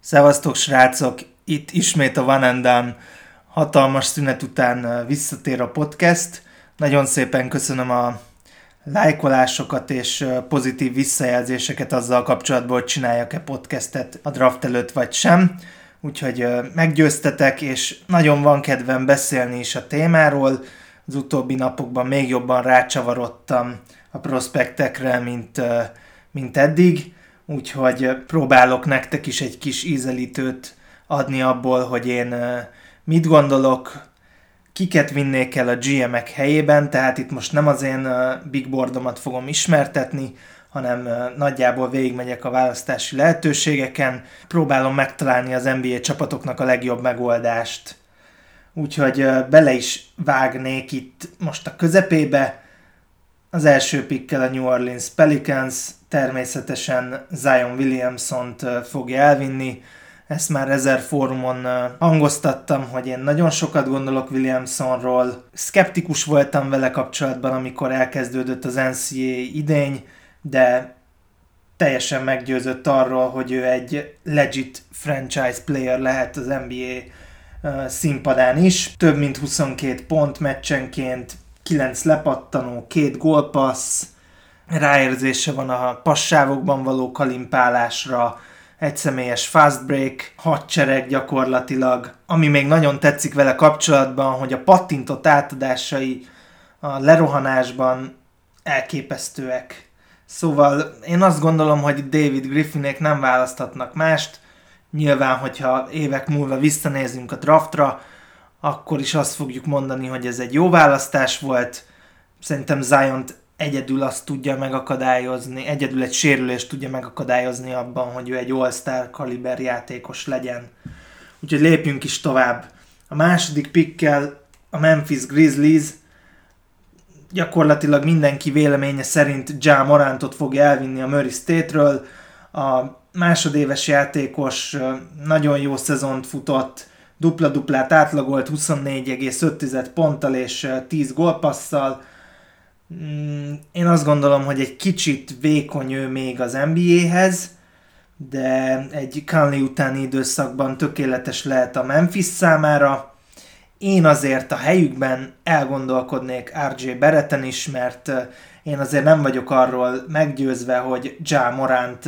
Szevasztok srácok, itt ismét a One and Done hatalmas szünet után visszatér a podcast. Nagyon szépen köszönöm a lájkolásokat és pozitív visszajelzéseket azzal kapcsolatban, hogy csináljak-e podcastet a draft előtt vagy sem. Úgyhogy meggyőztetek, és nagyon van kedvem beszélni is a témáról. Az utóbbi napokban még jobban rácsavarodtam a prospektekre, mint eddig. Úgyhogy próbálok nektek is egy kis ízelítőt adni abból, hogy én mit gondolok, kiket vinnék el a GM-ek helyében, tehát itt most nem az én big boardomat fogom ismertetni, hanem nagyjából végigmegyek a választási lehetőségeken, próbálom megtalálni az NBA csapatoknak a legjobb megoldást. Úgyhogy bele is vágnék itt most a közepébe. Az első pickkel a New Orleans Pelicans természetesen Zion Williamsont fogja elvinni. Ezt már 1000 fórumon hangoztattam, hogy én nagyon sokat gondolok Williamsonról. Szkeptikus voltam vele kapcsolatban, amikor elkezdődött az NCAA idény, de teljesen meggyőzött arról, hogy ő egy legit franchise player lehet az NBA színpadán is. Több mint 22 pont meccsenként, 9 lepattanó, 2 gólpassz, ráérzése van a passávokban való kalimpálásra, egyszemélyes fast break, hadsereg gyakorlatilag. Ami még nagyon tetszik vele kapcsolatban, hogy a pattintott átadásai a lerohanásban elképesztőek. Szóval én azt gondolom, hogy David Griffinék nem választhatnak mást. Nyilván, hogyha évek múlva visszanézünk a draftra, akkor is azt fogjuk mondani, hogy ez egy jó választás volt. Szerintem Ziont egyedül azt tudja megakadályozni, egyedül egy sérülést tudja megakadályozni abban, hogy ő egy all-star kaliber játékos legyen. Úgyhogy lépjünk is tovább. A második pickkel a Memphis Grizzlies gyakorlatilag mindenki véleménye szerint Ja Morantot fogja elvinni a Murray State-ről. A másodéves játékos nagyon jó szezont futott, dupla-duplát átlagolt 24,5 ponttal és 10 gólpasszal. Én azt gondolom, hogy egy kicsit vékony ő még az NBA-hez, de egy Conley utáni időszakban tökéletes lehet a Memphis számára. Én azért a helyükben elgondolkodnék RJ Barretten is, mert én azért nem vagyok arról meggyőzve, hogy Ja Morant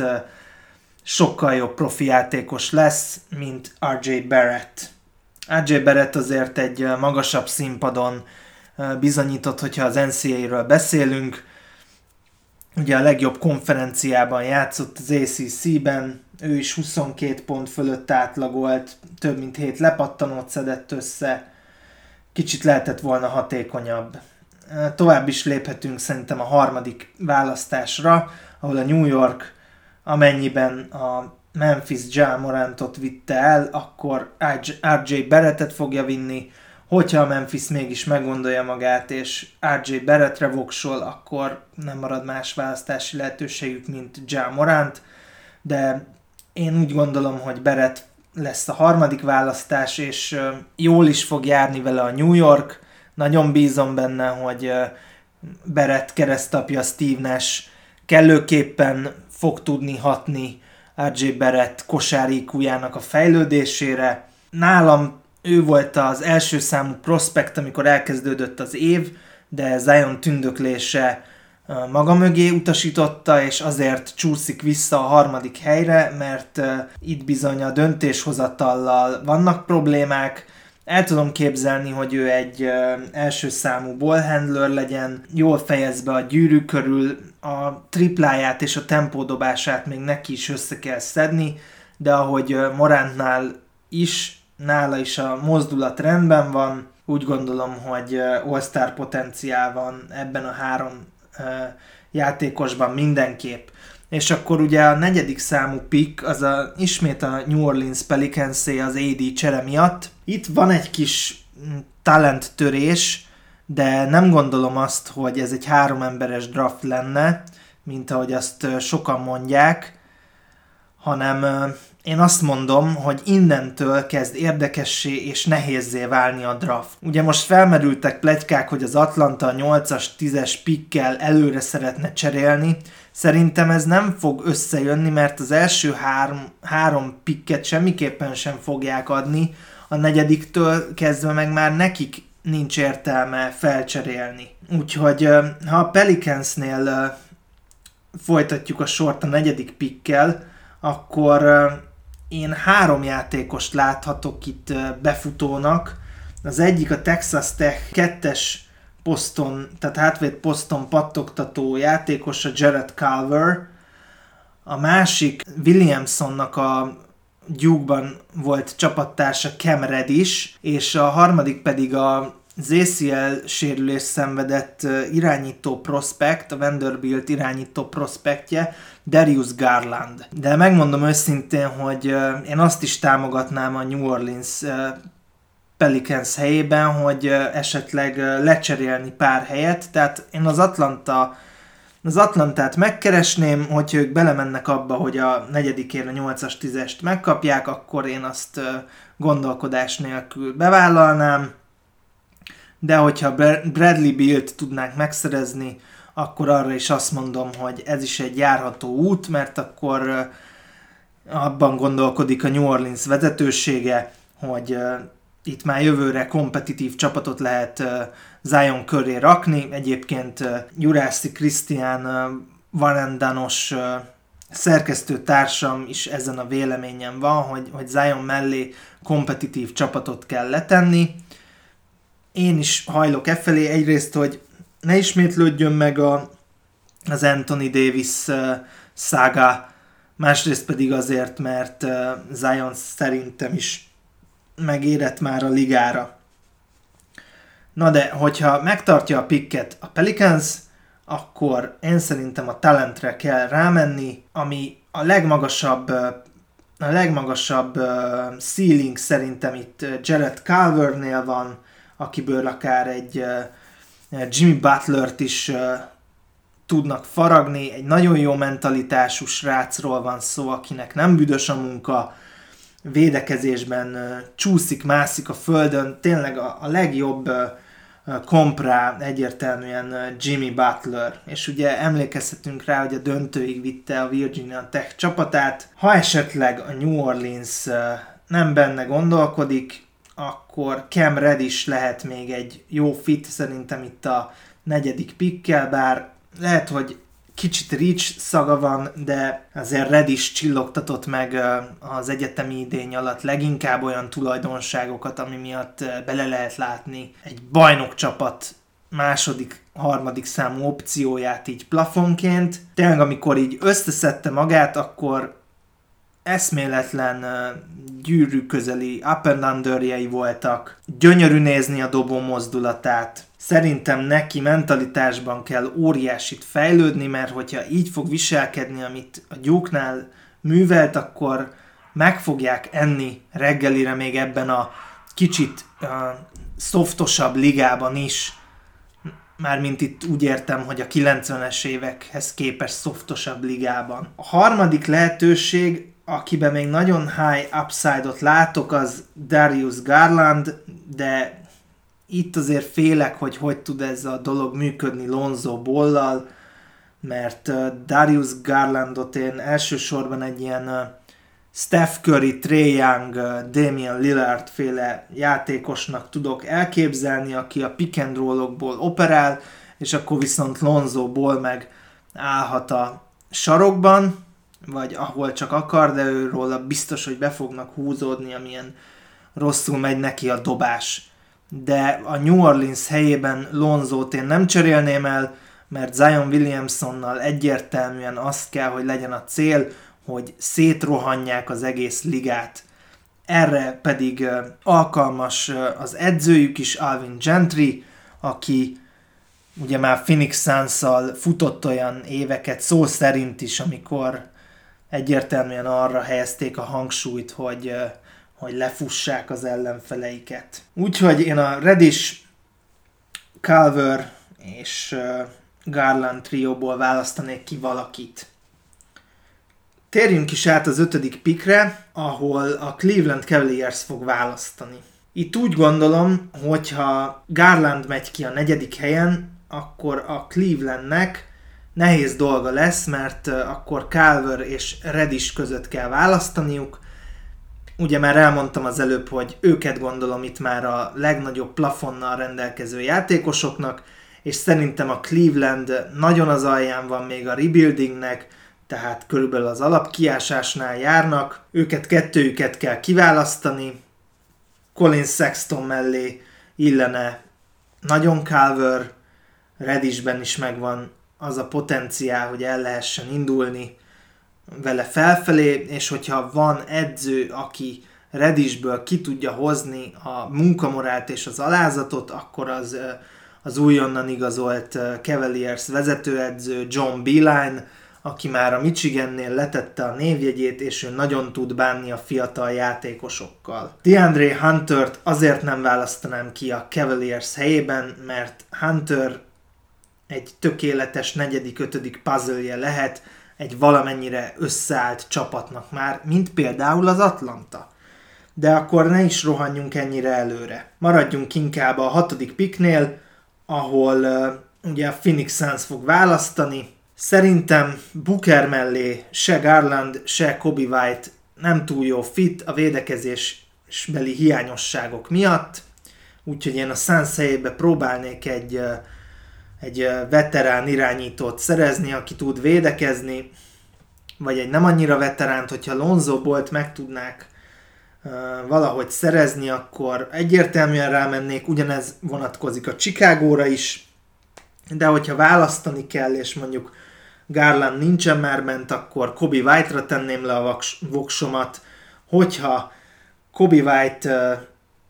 sokkal jobb profi játékos lesz, mint RJ Barrett. RJ Barrett azért egy magasabb színpadon bizonyított, hogyha az NCAA-ről beszélünk. Ugye a legjobb konferenciában játszott az ACC-ben, ő is 22 pont fölött átlagolt, több mint 7 lepattanót szedett össze, kicsit lehetett volna hatékonyabb. Tovább is léphetünk szerintem a harmadik választásra, ahol a New York, amennyiben a Memphis Ja Morantot vitte el, akkor RJ Barrettet fogja vinni. Hogyha a Memphis mégis meggondolja magát és RJ Barrettre voksol, akkor nem marad más választási lehetőségük, mint Ja Morant, de én úgy gondolom, hogy Barrett lesz a harmadik választás, és jól is fog járni vele a New York. Nagyon bízom benne, hogy Barrett keresztapja Steve Nash kellőképpen fog tudni hatni RJ Barrett kosár IQ-jának a fejlődésére. Nálam ő volt az első számú prospekt, amikor elkezdődött az év, de Zion tündöklése maga mögé utasította, és azért csúszik vissza a harmadik helyre, mert itt bizony a döntéshozatallal vannak problémák. El tudom képzelni, hogy ő egy első számú ballhandler legyen, jól fejez be a gyűrű körül, a tripláját és a tempódobását még neki is össze kell szedni, de ahogy Morantnál is, nála is a mozdulat rendben van, úgy gondolom, hogy all-star potenciál van ebben a három játékosban mindenképp. És akkor ugye a negyedik számú pick, az ismét a New Orleans Pelicans-é az AD csere miatt. Itt van egy kis talent törés, de nem gondolom azt, hogy ez egy 3 emberes draft lenne, mint ahogy azt sokan mondják, hanem én azt mondom, hogy innentől kezd érdekessé és nehézzé válni a draft. Ugye most felmerültek pletykák, hogy az Atlanta 8-as, 10-es pickkel előre szeretne cserélni. Szerintem ez nem fog összejönni, mert az első három picket semmiképpen sem fogják adni, a negyediktől kezdve meg már nekik nincs értelme felcserélni. Úgyhogy ha a Pelicansnél folytatjuk a sort a negyedik pickkel, akkor én 3 játékost láthatok itt befutónak. Az egyik a Texas Tech 2-es poszton, tehát hátvéd poszton pattogtató játékos, a Jared Culver. A másik Williamsonnak a Duke-ban volt csapattársa Cam Reddish, és a harmadik pedig az ACL sérülés szenvedett irányító prospekt, a Vanderbilt irányító prospektje, Darius Garland. De megmondom őszintén, hogy én azt is támogatnám a New Orleans Pelicans helyében, hogy esetleg lecserélni pár helyet, tehát én az Atlantát megkeresném, hogyha ők belemennek abba, hogy a negyedikén a 8-as 10-est megkapják, akkor én azt gondolkodás nélkül bevállalnám, de hogyha Bradley Bealt tudnánk megszerezni, akkor arra is azt mondom, hogy ez is egy járható út, mert akkor abban gondolkodik a New Orleans vezetősége, hogy itt már jövőre kompetitív csapatot lehet Zion köré rakni. Egyébként Jurászi Krisztián Valendanos szerkesztőtársam is ezen a véleményen van, hogy Zion mellé kompetitív csapatot kell letenni. Én is hajlok felé, egyrészt, hogy ne ismétlődjön meg az Anthony Davis szága, másrészt pedig azért, mert Zion szerintem is megérett már a ligára. Na de, hogyha megtartja a picket a Pelicans, akkor én szerintem a talentre kell rámenni, ami a legmagasabb ceiling szerintem itt Jared Culvernél van, akiből akár egy Jimmy Butlert is tudnak faragni, egy nagyon jó mentalitású srácról van szó, akinek nem büdös a munka, védekezésben csúszik-mászik a földön, tényleg a legjobb komp egyértelműen Jimmy Butler, és ugye emlékezhetünk rá, hogy a döntőig vitte a Virginia Tech csapatát. Ha esetleg a New Orleans nem benne gondolkodik, akkor Cam Reddish lehet még egy jó fit szerintem itt a negyedik pickkel, bár lehet, hogy kicsit reach szaga van, de azért Reddish csillogtatott meg az egyetemi idény alatt leginkább olyan tulajdonságokat, ami miatt bele lehet látni egy bajnokcsapat második-harmadik számú opcióját így plafonként. Tényleg, amikor így összeszedte magát, akkor eszméletlen gyűrű közeli up and underjei voltak. Gyönyörű nézni a dobó mozdulatát. Szerintem neki mentalitásban kell óriásit fejlődni, mert hogyha így fog viselkedni, amit a Duke-nál művelt, akkor meg fogják enni reggelire még ebben a kicsit szoftosabb ligában is. Mármint itt úgy értem, hogy a 90-es évekhez képest szoftosabb ligában. A harmadik lehetőség, akiben még nagyon high upside-ot látok, az Darius Garland, de itt azért félek, hogy tud ez a dolog működni Lonzo Ball-lal, mert Darius Garlandot én elsősorban egy ilyen Steph Curry, Trae Young, Damian Lillard féle játékosnak tudok elképzelni, aki a pick and roll-okból operál, és akkor viszont Lonzo Ball meg állhat a sarokban, vagy ahol csak akar, de őróla biztos, hogy be fognak húzódni, amilyen rosszul megy neki a dobás. De a New Orleans helyében Lonzót én nem cserélném el, mert Zion Williamsonnal egyértelműen az kell, hogy legyen a cél, hogy szétrohanják az egész ligát. Erre pedig alkalmas az edzőjük is, Alvin Gentry, aki ugye már Phoenix Suns-szal futott olyan éveket, szó szerint is, amikor egyértelműen arra helyezték a hangsúlyt, hogy lefussák az ellenfeleiket. Úgyhogy én a Reddish, Culver és Garland trióból választanék ki valakit. Térjünk is át az 5. pickre, ahol a Cleveland Cavaliers fog választani. Itt úgy gondolom, hogyha Garland megy ki a 4. helyen, akkor a Clevelandnek nehéz dolga lesz, mert akkor Culver és Reddish között kell választaniuk. Ugye már elmondtam az előbb, hogy őket gondolom itt már a legnagyobb plafonnal rendelkező játékosoknak, és szerintem a Cleveland nagyon az alján van még a rebuildingnek, tehát körülbelül az alapkiásásnál járnak. Kettőjüket kell kiválasztani. Colin Sexton mellé illene nagyon Culver, Reddishben is megvan az a potenciál, hogy el lehessen indulni vele felfelé, és hogyha van edző, aki Reddishből ki tudja hozni a munkamorált és az alázatot, akkor az újonnan igazolt Cavaliers vezetőedző John Beilein, aki már a Michigannél letette a névjegyét, és ő nagyon tud bánni a fiatal játékosokkal. DeAndre Huntert azért nem választanám ki a Cavaliers helyében, mert Hunter egy tökéletes 4.-5. puzzle-je lehet egy valamennyire összeállt csapatnak már, mint például az Atlanta. De akkor ne is rohanjunk ennyire előre. Maradjunk inkább a 6. picknél, ahol ugye a Phoenix Suns fog választani. Szerintem Booker mellé se Garland, se Kobe White nem túl jó fit a védekezésbeli hiányosságok miatt, úgyhogy én a Suns helyébe próbálnék egy veterán irányítót szerezni, aki tud védekezni, vagy egy nem annyira veteránt, hogyha Lonzo Ballt meg tudnák valahogy szerezni, akkor egyértelműen rámennék, ugyanez vonatkozik a Chicagóra is, de hogyha választani kell, és mondjuk Garland nincsen már ment, akkor Kobe White-ra tenném le a voksomat, hogyha Kobe White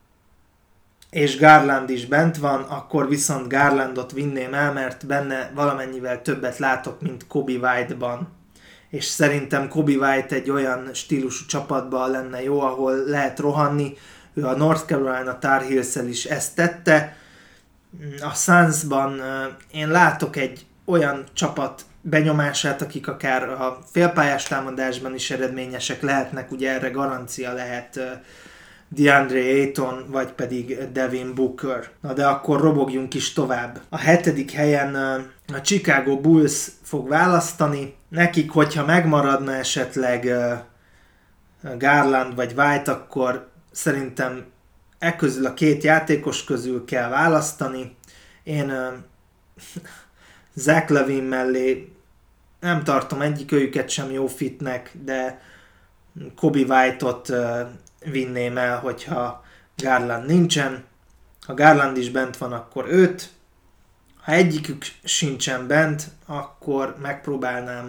és Garland is bent van, akkor viszont Garlandot vinném el, mert benne valamennyivel többet látok, mint Kobe White-ban. És szerintem Kobe White egy olyan stílusú csapatban lenne jó, ahol lehet rohanni. Ő a North Carolina Tar Heels-el is ezt tette. A Sunsban én látok egy olyan csapat benyomását, akik akár a félpályás támadásban is eredményesek lehetnek, ugye erre garancia lehet DeAndre Ayton, vagy pedig Devin Booker. Na de akkor robogjunk is tovább. A 7. helyen a Chicago Bulls fog választani. Nekik, hogyha megmaradna esetleg Garland vagy White, akkor szerintem közül a 2 játékos közül kell választani. Én Zach LaVine mellé nem tartom egyikőjüket sem jó fitnek, de Kobe White-ot vinném el, hogyha Garland nincsen. Ha Garland is bent van, akkor őt. Ha egyikük sincsen bent, akkor megpróbálnám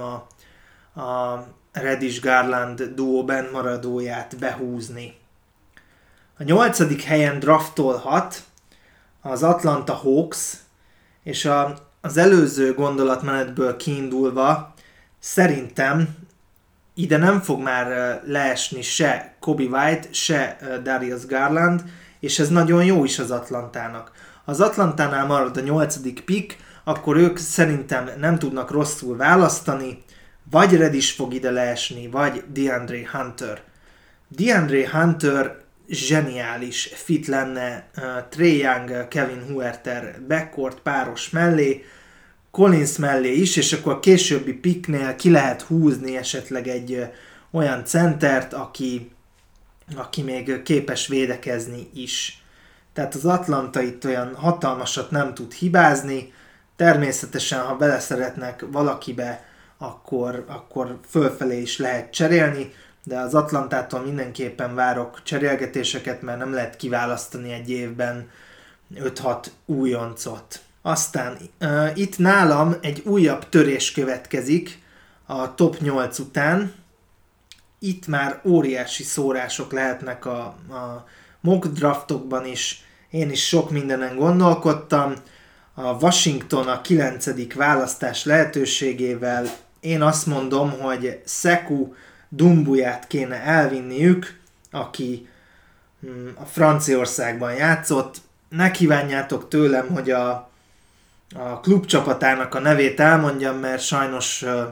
a Reddish-Garland duó bent maradóját behúzni. A 8. helyen draftolhat az Atlanta Hawks, és az előző gondolatmenetből kiindulva szerintem ide nem fog már leesni se Kobe White, se Darius Garland, és ez nagyon jó is az Atlantának. Az Atlantánál marad a 8. pick, akkor ők szerintem nem tudnak rosszul választani, vagy Reddish fog ide leesni, vagy DeAndre Hunter. DeAndre Hunter zseniális fit lenne Trae Young, Kevin Huerter backcourt páros mellé, Collins mellé is, és akkor a későbbi picknél ki lehet húzni esetleg egy olyan centert, aki még képes védekezni is. Tehát az Atlanta itt olyan hatalmasat nem tud hibázni, természetesen ha beleszeretnek valakibe, akkor fölfelé is lehet cserélni, de az Atlantától mindenképpen várok cserélgetéseket, mert nem lehet kiválasztani egy évben 5-6 újoncot. Aztán itt nálam egy újabb törés következik a top 8 után. Itt már óriási szórások lehetnek a mock draftokban is. Én is sok mindenen gondolkodtam. A Washington a 9. választás lehetőségével én azt mondom, hogy Sekou Doumbouya-t kéne elvinniük, aki a Franciaországban játszott. Ne kívánjátok tőlem, hogy a klubcsapatának a nevét elmondjam, mert sajnos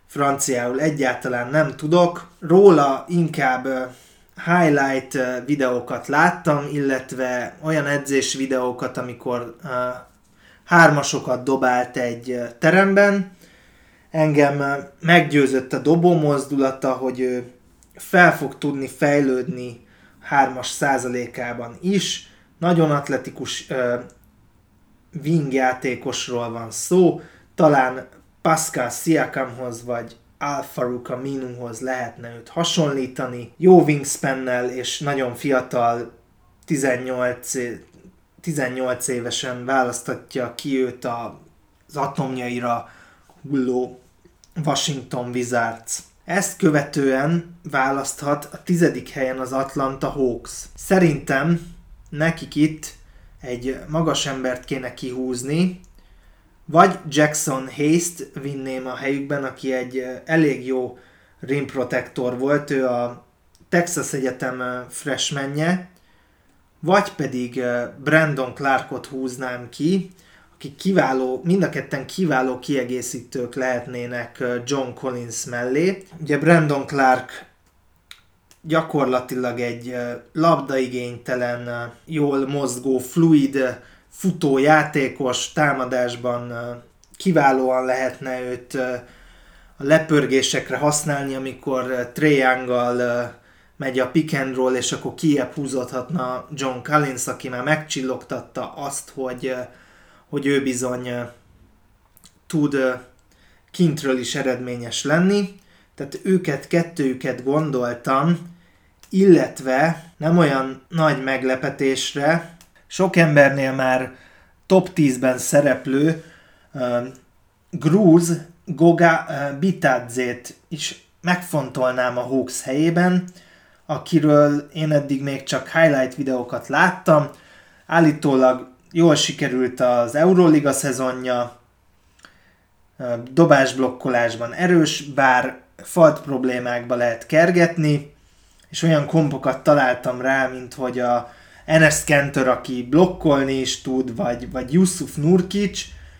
franciául egyáltalán nem tudok. Róla inkább highlight videókat láttam, illetve olyan edzés videókat, amikor hármasokat dobált egy teremben. Engem meggyőzött a dobó mozdulata, hogy ő fel fog tudni fejlődni 3-as százalékában is. Nagyon atletikus wing játékosról van szó, talán Pascal Siakamhoz vagy Al-Farouq Aminuhoz lehetne őt hasonlítani. Jó wingspannel és nagyon fiatal 18 évesen választatja ki őt az atomjaira hulló Washington Wizards. Ezt követően választhat a 10. helyen az Atlanta Hawks. Szerintem nekik itt egy magas embert kéne kihúzni, vagy Jackson Hayes-t vinném a helyükben, aki egy elég jó rim protector volt, ő a Texas Egyetem freshmanje, vagy pedig Brandon Clarkot húznám ki, akik kiváló, mind a ketten kiváló kiegészítők lehetnének John Collins mellé. Ugye Brandon Clark gyakorlatilag egy labdaigénytelen, jól mozgó, fluid futójátékos, támadásban kiválóan lehetne őt a lepörgésekre használni, amikor Trae Young-gal megy a pick and roll, és akkor kijebb húzódhatna John Collins, aki már megcsillogtatta azt, hogy ő bizony tud kintről is eredményes lenni. Tehát kettőjüket gondoltam, illetve nem olyan nagy meglepetésre, sok embernél már top 10-ben szereplő Gruz Goga Bitadzét is megfontolnám a Hawks helyében, akiről én eddig még csak highlight videókat láttam. Állítólag jól sikerült az Euroliga szezonja, dobásblokkolásban erős, bár falt problémákba lehet kergetni, és olyan kompokat találtam rá, mint hogy a Enes Kanter, aki blokkolni is tud, vagy Jusuf Nurkic,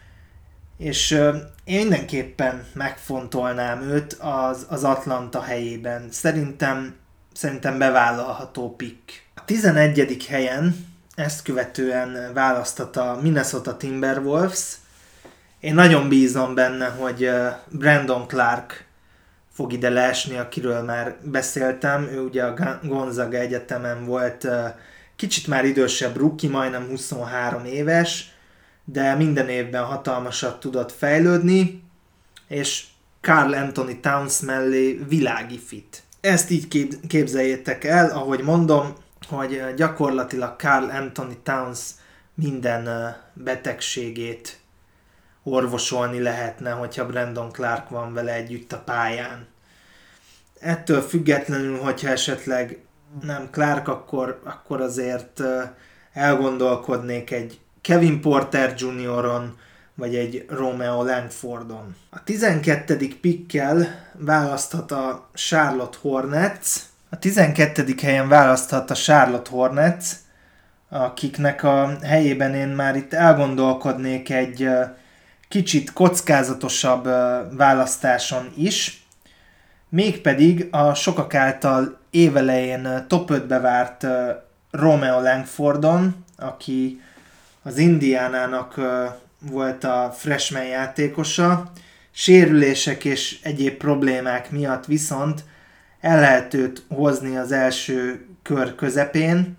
és én mindenképpen megfontolnám őt az Atlanta helyében. Szerintem bevállalható pick. A 11. helyen ezt követően választott a Minnesota Timberwolves. Én nagyon bízom benne, hogy Brandon Clark fog ide leesni, akiről már beszéltem. Ő ugye a Gonzaga Egyetemen volt kicsit már idősebb rookie, majdnem 23 éves, de minden évben hatalmasat tudott fejlődni, és Karl Anthony Towns mellé világi fit. Ezt így képzeljétek el, ahogy mondom, hogy gyakorlatilag Karl Anthony Towns minden betegségét orvosolni lehetne, hogyha Brandon Clark van vele együtt a pályán. Ettől függetlenül, hogyha esetleg nem Clark, akkor azért elgondolkodnék egy Kevin Porter Jr.-on, vagy egy Romeo Langfordon. A 12. pickkel választhat a Charlotte Hornets. A 12. helyen választhat a Charlotte Hornets, akiknek a helyében én már itt elgondolkodnék egy kicsit kockázatosabb választáson is, mégpedig a sokak által évelején top 5-be várt Romeo Langfordon, aki az Indiánának volt a freshman játékosa. Sérülések és egyéb problémák miatt viszont el lehet őt hozni az első kör közepén.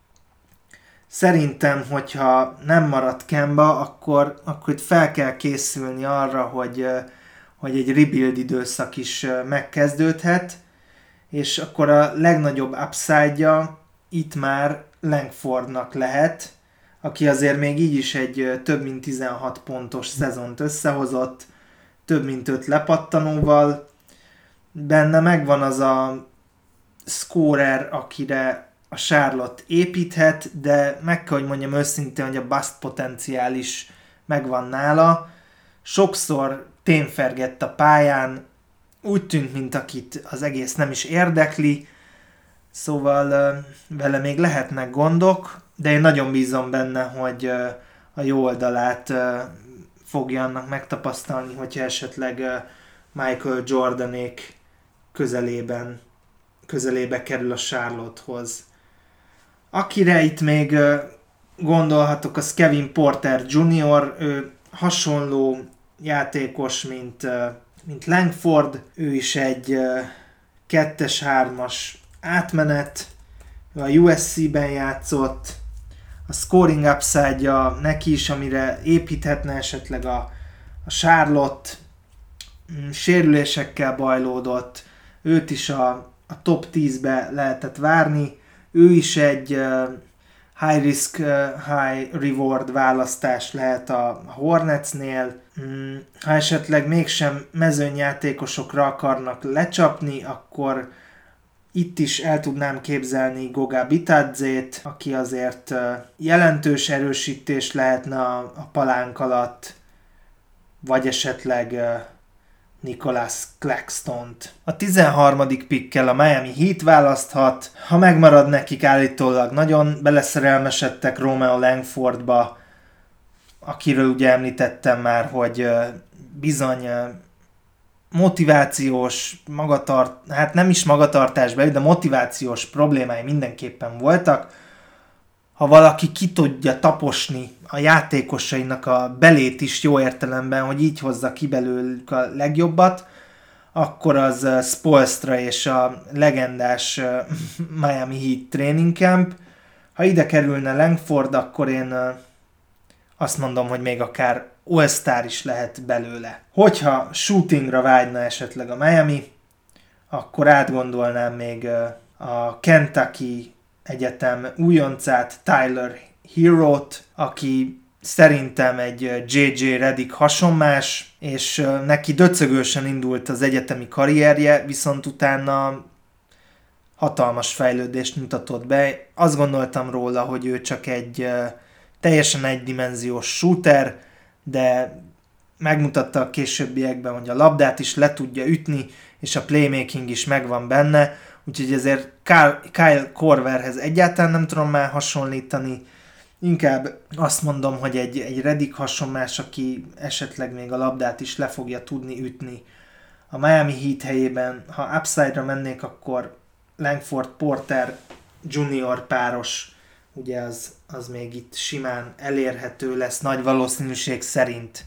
Szerintem, hogyha nem marad Kemba, akkor itt fel kell készülni arra, hogy egy rebuild időszak is megkezdődhet, és akkor a legnagyobb upside-ja itt már Langfordnak lehet, aki azért még így is egy több mint 16 pontos szezont összehozott, több mint 5 lepattanóval. Benne megvan az a scorer, akire a Charlotte építhet, de meg kell, hogy mondjam őszintén, hogy a bust potenciál is megvan nála. Sokszor témfergett a pályán, úgy tűnt, mint akit az egész nem is érdekli, szóval vele még lehetnek gondok, de én nagyon bízom benne, hogy a jó oldalát fogja annak megtapasztalni, hogyha esetleg Michael Jordanék közelébe kerül a Charlottehoz. Akire itt még gondolhatok, az Kevin Porter Jr., ő hasonló játékos, mint Langford, ő is egy 2-3-as átmenet, ő a USC-ben játszott, a scoring upside-ja neki is, amire építhetne esetleg a Charlotte, sérülésekkel bajlódott, őt is a top 10-be lehetett várni, ő is egy high risk, high reward választás lehet a Hornetsnél. Ha esetleg mégsem mezőnyjátékosokra akarnak lecsapni, akkor itt is el tudnám képzelni Goga Bitadzét, aki azért jelentős erősítés lehetne a palánk alatt, vagy esetleg Nicholas Claxtont. A 13. pickkel a Miami Heat választhat, ha megmarad nekik állítólag nagyon beleszerelmesedtek Romeo Langfordba, akiről ugye említettem már, hogy bizony motivációs, hát nem is magatartásban, de motivációs problémái mindenképpen voltak. Ha valaki ki tudja taposni a játékosainak a belét is jó értelemben, hogy így hozza ki belőlük a legjobbat, akkor az Spoelstra és a legendás Miami Heat Training Camp. Ha ide kerülne Langford, akkor én azt mondom, hogy még akár All-Star is lehet belőle. Hogyha shootingra vágyna esetleg a Miami, akkor átgondolnám még a Kentucky Egyetem újoncát, Tyler Herrót, aki szerintem egy J.J. Redick hasonmás, és neki döcögősen indult az egyetemi karrierje, viszont utána hatalmas fejlődést mutatott be. Azt gondoltam róla, hogy ő csak egy teljesen egydimenziós shooter, de megmutatta a későbbiekben, hogy a labdát is le tudja ütni, és a playmaking is megvan benne, úgyhogy ezért Kyle Korverhez egyáltalán nem tudom már hasonlítani, inkább azt mondom, hogy egy Redick hasonlás, aki esetleg még a labdát is le fogja tudni ütni. A Miami Heat helyében, ha upside-ra mennék, akkor Langford Porter Junior páros, ugye az még itt simán elérhető lesz nagy valószínűség szerint.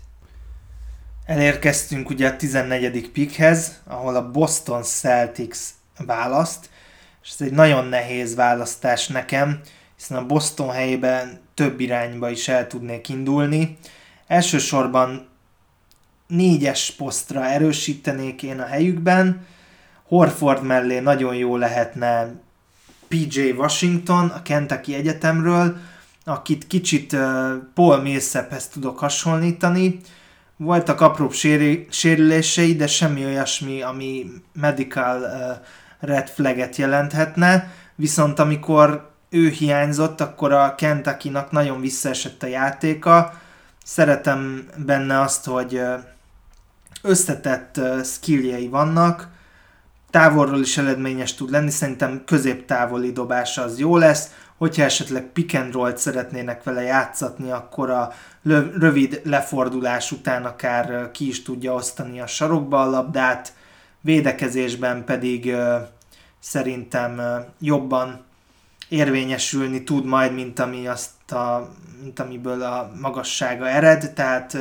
Elérkeztünk ugye a 14. pickhez, ahol a Boston Celtics választ, és ez egy nagyon nehéz választás nekem, hiszen a Boston helyében több irányba is el tudnék indulni. Elsősorban 4-es posztra erősítenék én a helyükben, Horford mellé nagyon jó lehetne PJ Washington a Kentucky Egyetemről, akit kicsit Paul Millsaphez tudok hasonlítani. Voltak apróbb sérülései, de semmi olyasmi, ami medical red flaget jelenthetne, viszont amikor ő hiányzott, akkor a Kentucky-nak nagyon visszaesett a játéka. Szeretem benne azt, hogy összetett skilljei vannak, távolról is eredményes tud lenni, szerintem középtávoli dobása az jó lesz, hogyha esetleg pick and roll-t szeretnének vele játszatni, akkor a rövid lefordulás után akár ki is tudja osztani a sarokba a labdát, védekezésben pedig szerintem jobban érvényesülni tud majd, mint amiből a magassága ered, tehát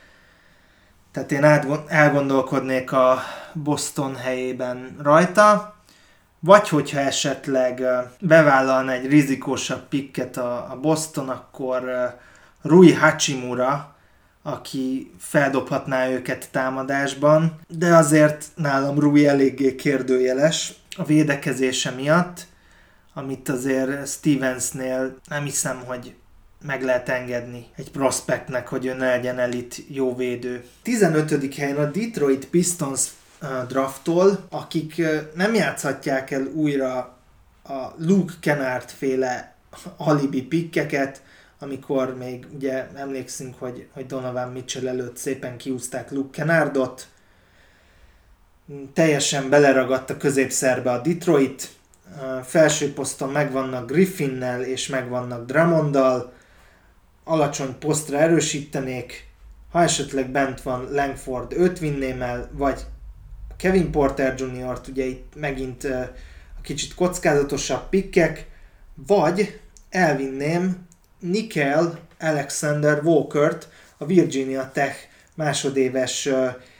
én elgondolkodnék a Boston helyében rajta, vagy hogyha esetleg bevállalna egy rizikósabb picket a Boston, akkor Rui Hachimura, aki feldobhatná őket támadásban, de azért nálam Rui eléggé kérdőjeles a védekezése miatt, amit azért Stevensnél nem hiszem, hogy meg lehet engedni egy prospectnek, hogy ő ne legyen elit jó védő. 15. helyen a Detroit Pistons draftol, akik nem játszhatják el újra a Luke Kennard féle alibi pikkeket, amikor még ugye emlékszünk, hogy Donovan Mitchell előtt szépen kiúzták Luke Kennardot. Teljesen beleragadt a középszerbe a Detroit. Felső poszton megvannak Griffinnel és megvannak Drummonddal. Alacsony posztra erősítenék. Ha esetleg bent van Langford, őt vinném el, vagy Kevin Porter Jr.-t, ugye itt megint a kicsit kockázatosabb pikkek, vagy elvinném Nickeil Alexander Walkert, a Virginia Tech másodéves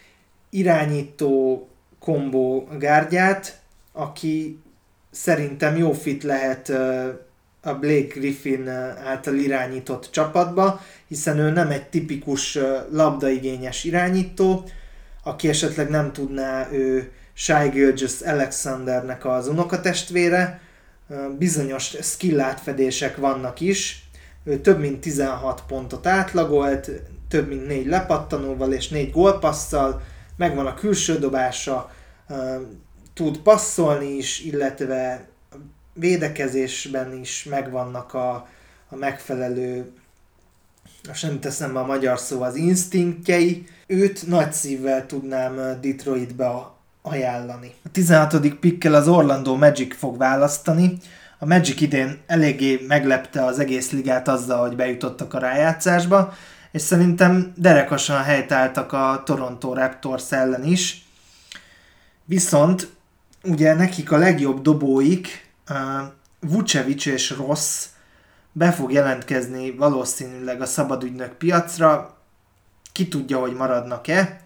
irányító kombó gárdját, aki szerintem jó fit lehet a Blake Griffin által irányított csapatba, hiszen ő nem egy tipikus labdaigényes irányító, aki esetleg nem tudná, ő Shai Gilgeous-Alexandernek az unokatestvére, bizonyos skill átfedések vannak is, ő több mint 16 pontot átlagolt, több mint 4 lepattanóval és 4 gólpasszal, megvan a külső dobása, tud passzolni is, illetve védekezésben is megvannak a megfelelő, sem teszem be a magyar szó, az instinktjei. Őt nagy szívvel tudnám Detroitbe ajánlani. A 16. pickkel az Orlando Magic fog választani. A Magic idén eléggé meglepte az egész ligát azzal, hogy bejutottak a rájátszásba, és szerintem derekasan helytáltak a Toronto Raptors ellen is. Viszont ugye nekik a legjobb dobóik, Vucevic és Ross be fog jelentkezni valószínűleg a szabadügynök piacra, ki tudja, hogy maradnak-e.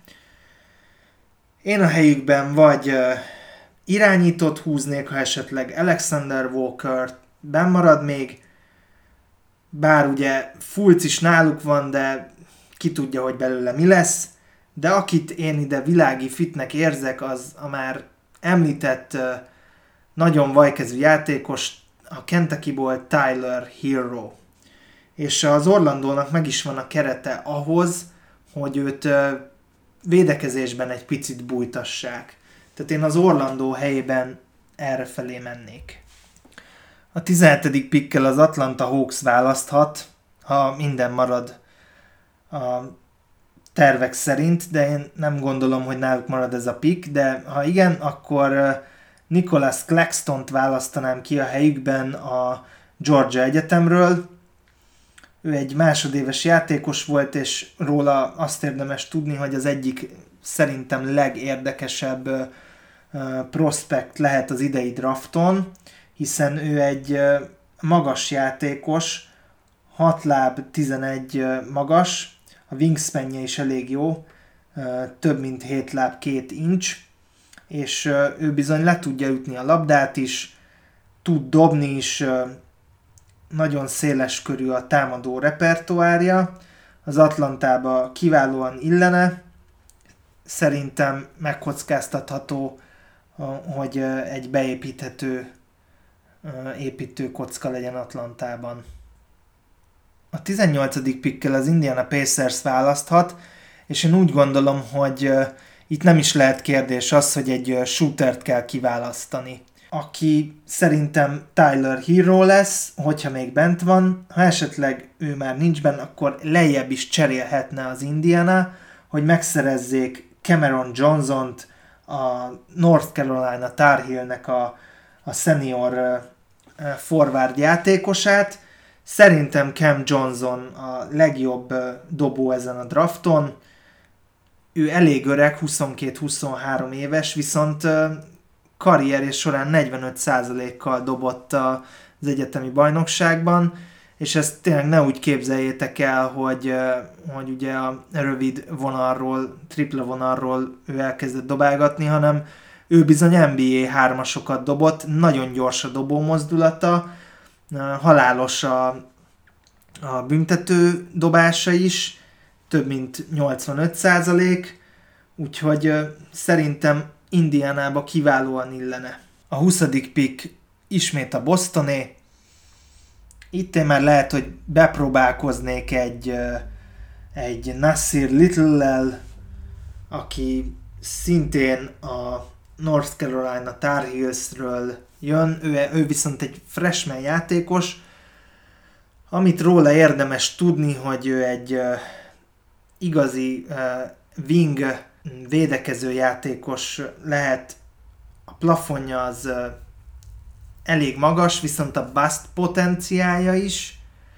Én a helyükben vagy irányítót húznék, ha esetleg Alexander Walker benn marad még, bár ugye Fultz is náluk van, de ki tudja, hogy belőle mi lesz, de akit én ide világi fitnek érzek, az a már említett nagyon vajkezű játékos, a Kentuckyból Tyler Hero. És az Orlandónak meg is van a kerete ahhoz, hogy őt védekezésben egy picit bújtassák. Tehát én az Orlandó helyében errefelé mennék. A 17. pickkel az Atlanta Hawks választhat, ha minden marad a tervek szerint, de én nem gondolom, hogy náluk marad ez a pick, de ha igen, akkor Nicholas Claxtont választanám ki a helyükben a Georgia Egyetemről. Ő egy másodéves játékos volt, és róla azt érdemes tudni, hogy az egyik szerintem legérdekesebb prospekt lehet az idei drafton, hiszen ő egy magas játékos, 6 láb 11 magas, a wingspanje is elég jó, több mint 7 láb 2 inch, és ő bizony le tudja ütni a labdát is, tud dobni is, nagyon széles körű a támadó repertoárja, az Atlantába kiválóan illene, szerintem megkockáztatható, hogy egy beépíthető építőkocka legyen Atlantában. A 18. pickkel az Indiana Pacers választhat, és én úgy gondolom, hogy itt nem is lehet kérdés az, hogy egy shootert kell kiválasztani, aki szerintem Tyler Hero lesz, hogyha még bent van, ha esetleg ő már nincs benne, akkor lejjebb is cserélhetne az Indiana, hogy megszerezzék Cameron Johnson-t, a North Carolina Tar Heel-nek a senior forward játékosát. Szerintem Cam Johnson a legjobb dobó ezen a drafton. Ő elég öreg, 22-23 éves, viszont karrierje során 45%-kal dobott az egyetemi bajnokságban, és ezt tényleg ne úgy képzeljétek el, hogy ugye a rövid vonalról, tripla vonalról ő elkezdett dobálgatni, hanem ő bizony NBA 3-asokat dobott, nagyon gyors a dobó mozdulata, halálos a büntető dobása is, több mint 85%, úgyhogy szerintem Indianába kiválóan illene. A 20. pick ismét a Bostoné. Itt én már lehet, hogy bepróbálkoznék egy Nassir Little-lel, aki szintén a North Carolina Tar Heelsről jön, ő viszont egy freshman játékos, amit róla érdemes tudni, hogy ő egy igazi wing védekező játékos lehet, a plafonja az elég magas, viszont a bust potenciálja is,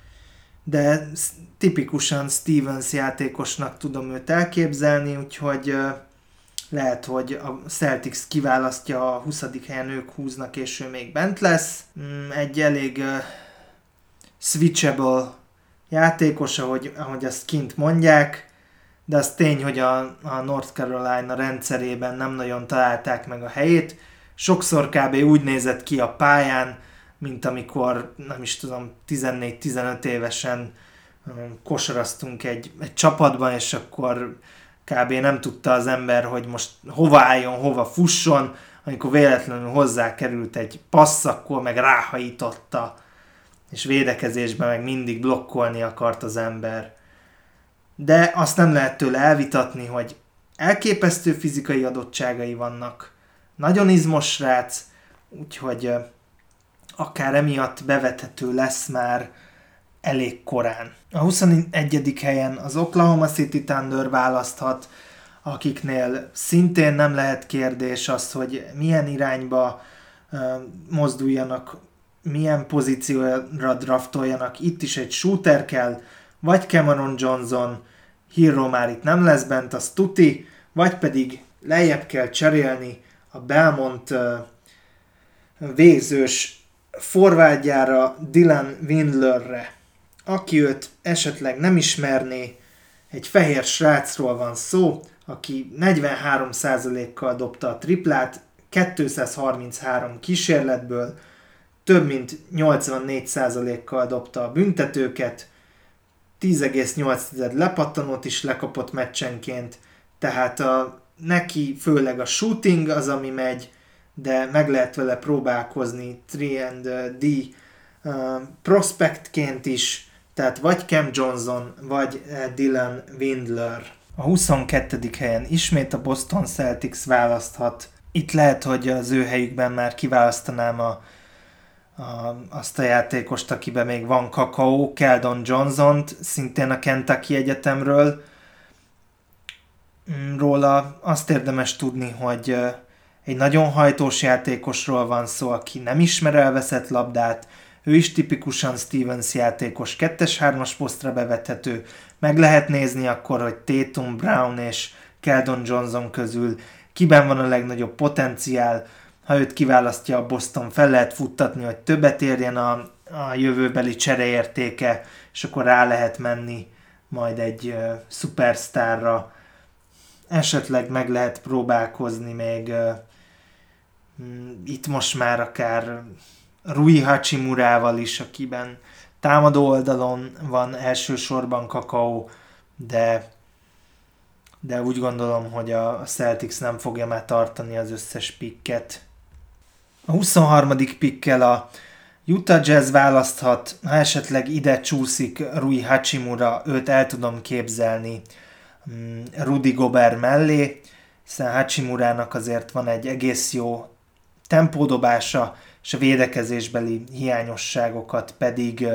de tipikusan Stevens játékosnak tudom őt elképzelni, úgyhogy lehet, hogy a Celtics kiválasztja a 20. helyen, ők húznak, és ő még bent lesz. Egy elég switchable játékos, ahogy azt kint mondják, de az tény, hogy a North Carolina rendszerében nem nagyon találták meg a helyét. Sokszor kb. Úgy nézett ki a pályán, mint amikor, nem is tudom, 14-15 évesen kosaraztunk egy csapatban, és akkor kb. Nem tudta az ember, hogy most hova álljon, hova fusson, amikor véletlenül hozzá került egy passz, akkor meg ráhajította, és védekezésben meg mindig blokkolni akart az ember. De azt nem lehet tőle elvitatni, hogy elképesztő fizikai adottságai vannak. Nagyon izmos srác, úgyhogy akár emiatt bevethető lesz már elég korán. A 21. helyen az Oklahoma City Thunder választhat, akiknél szintén nem lehet kérdés az, hogy milyen irányba mozduljanak, milyen pozícióra draftoljanak. Itt is egy shooter kell, vagy Cameron Johnson, Hero már itt nem lesz bent, az tuti, vagy pedig lejjebb kell cserélni a Belmont végzős forwardjára, Dylan Windlerre. Aki őt esetleg nem ismerné, egy fehér srácról van szó, aki 43%-kal dobta a triplát, 233 kísérletből, több mint 84%-kal dobta a büntetőket, 10,8 lepattanót is lekapott meccsenként, tehát neki főleg a shooting az, ami megy, de meg lehet vele próbálkozni 3&D prospectként is, tehát vagy Cam Johnson, vagy Dylan Windler. A 22. helyen ismét a Boston Celtics választhat. Itt lehet, hogy az ő helyükben már kiválasztanám azt a játékost, akiben még van kakaó, Keldon Johnson-t, szintén a Kentucky Egyetemről. Róla azt érdemes tudni, hogy egy nagyon hajtós játékosról van szó, aki nem ismer elveszett labdát, ő is tipikusan Stevens játékos, 2-3-as posztra bevethető. Meg lehet nézni akkor, hogy Tatum, Brown és Keldon Johnson közül kiben van a legnagyobb potenciál. Ha őt kiválasztja a Boston, fel lehet futtatni, hogy többet érjen a jövőbeli csereértéke, és akkor rá lehet menni majd egy szupersztárra. Esetleg meg lehet próbálkozni még itt most már akár Rui Hachimurával is, akiben támadó oldalon van elsősorban kakaó, de úgy gondolom, hogy a Celtics nem fogja már tartani az összes picket. A 23. pickkel a Utah Jazz választhat, ha esetleg ide csúszik Rui Hachimura, őt el tudom képzelni Rudy Gobert mellé, hiszen Hachimurának azért van egy egész jó tempódobása, és a védekezésbeli hiányosságokat pedig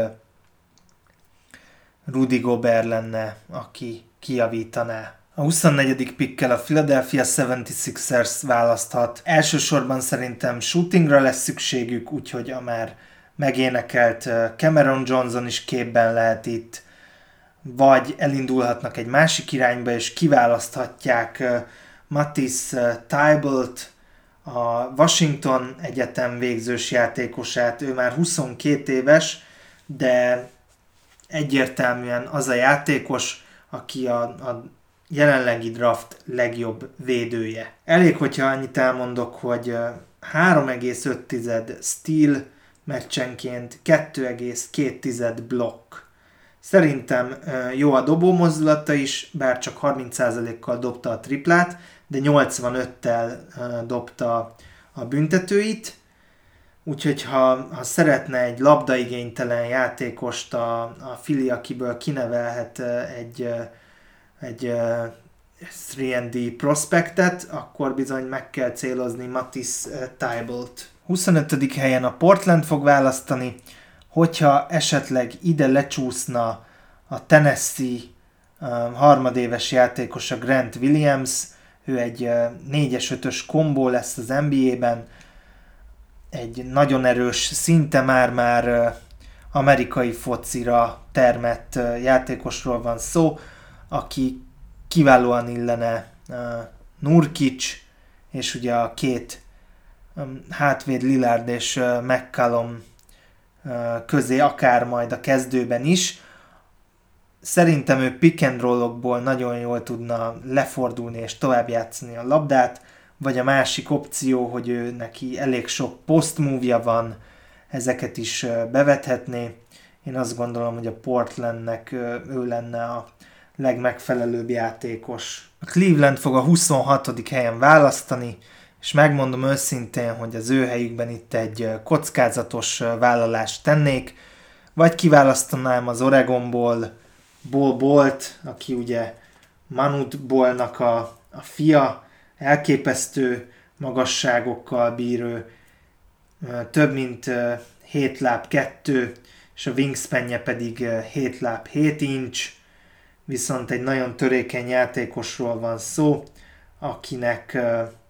Rudy Gobert lenne, aki kijavítaná. A 24. pickkel a Philadelphia 76ers választhat. Elsősorban szerintem shootingra lesz szükségük, úgyhogy a már megénekelt Cameron Johnson is képben lehet itt, vagy elindulhatnak egy másik irányba, és kiválaszthatják Matisse Thybulle-t, a Washington Egyetem végzős játékosát. Ő már 22 éves, de egyértelműen az a játékos, aki a jelenlegi draft legjobb védője. Elég, hogyha annyit elmondok, hogy 3,5 steal meccsenként, 2,2 blokk. Szerintem jó a dobó mozdulata is, bár csak 30%-kal dobta a triplát, de 85-tel dobta a büntetőit, úgyhogy ha szeretne egy labdaigénytelen játékost a Philly, akiből kinevelhet egy 3&D prospektet, akkor bizony meg kell célozni Matisse Thybulle-t. 25. helyen a Portland fog választani, hogyha esetleg ide lecsúszna a Tennessee harmadéves játékos, a Grant Williams, ő egy 4-5-ös kombó lesz az NBA-ben, egy nagyon erős, szinte már amerikai focira termett játékosról van szó, aki kiválóan illene Nurkic, és ugye a két hátvéd Lillard és McCallum közé, akár majd a kezdőben is. Szerintem ő pick and roll-okból nagyon jól tudna lefordulni és tovább játszani a labdát, vagy a másik opció, hogy ő neki elég sok post move-ja van, ezeket is bevethetné. Én azt gondolom, hogy a Portlandnek ő lenne a legmegfelelőbb játékos. A Cleveland fog a 26. helyen választani, és megmondom őszintén, hogy az ő helyükben itt egy kockázatos vállalást tennék, vagy kiválasztanám az Oregonból Bol Bolt, aki ugye Manute Bolnak a fia, elképesztő magasságokkal bír ő, több mint 7 láb 2, és a wingspanje pedig 7 láb 7 inch, viszont egy nagyon törékeny játékosról van szó, akinek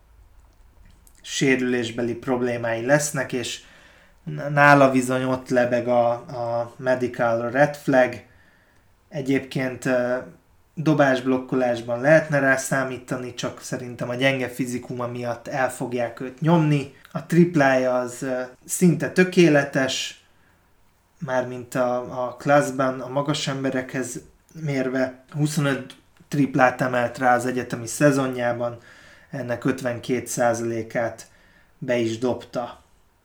sérülésbeli problémái lesznek, és nála bizony ott lebeg a medical red flag. Egyébként dobásblokkolásban lehetne rá számítani, csak szerintem a gyenge fizikuma miatt el fogják őt nyomni. A triplája az szinte tökéletes, mármint a classban a magas emberekhez mérve. 25 triplát emelt rá az egyetemi szezonjában, ennek 52%-át be is dobta.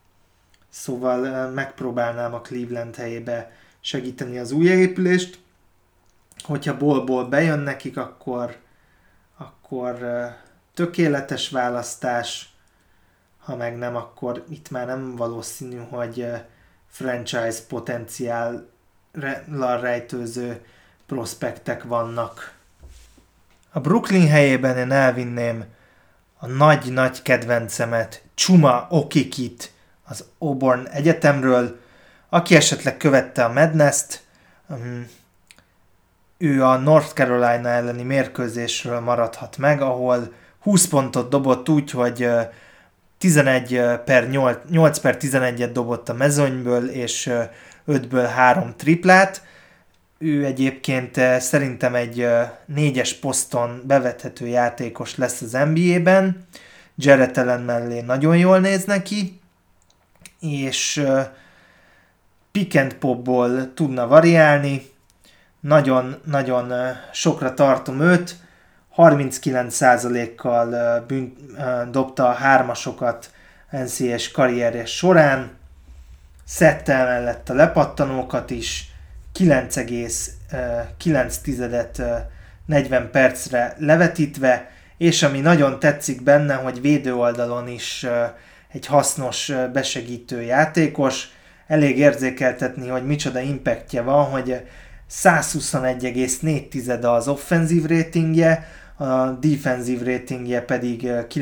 Szóval megpróbálnám a Cleveland helyébe segíteni az újjáépülést. Hogyha Bol bejön nekik, akkor tökéletes választás, ha meg nem, akkor itt már nem valószínű, hogy franchise potenciállal rejtőző prospektek vannak. A Brooklyn helyében én elvinném a nagy-nagy kedvencemet, Chuma Okikit az Auburn Egyetemről, aki esetleg követte a Madness-t. Ő a North Carolina elleni mérkőzésről maradhat meg, ahol 20 pontot dobott úgy, hogy 8 per 11-et dobott a mezőnyből, és 5-ből 3 triplát. Ő egyébként szerintem egy 4-es poszton bevethető játékos lesz az NBA-ben. Jarrett Allen mellé nagyon jól néz neki, és pick and popból tudna variálni. Nagyon sokra tartom őt. 39%-kal dobta a hármasokat NCAA-s karrierje során. Szedte emellett a lepattanókat is, 9,9 40 percre levetítve, és ami nagyon tetszik benne, hogy védő oldalon is egy hasznos besegítő játékos. Elég érzékeltetni, hogy micsoda impactja van, hogy 121,4 az offenzív ratingje, a defenzív ratingje pedig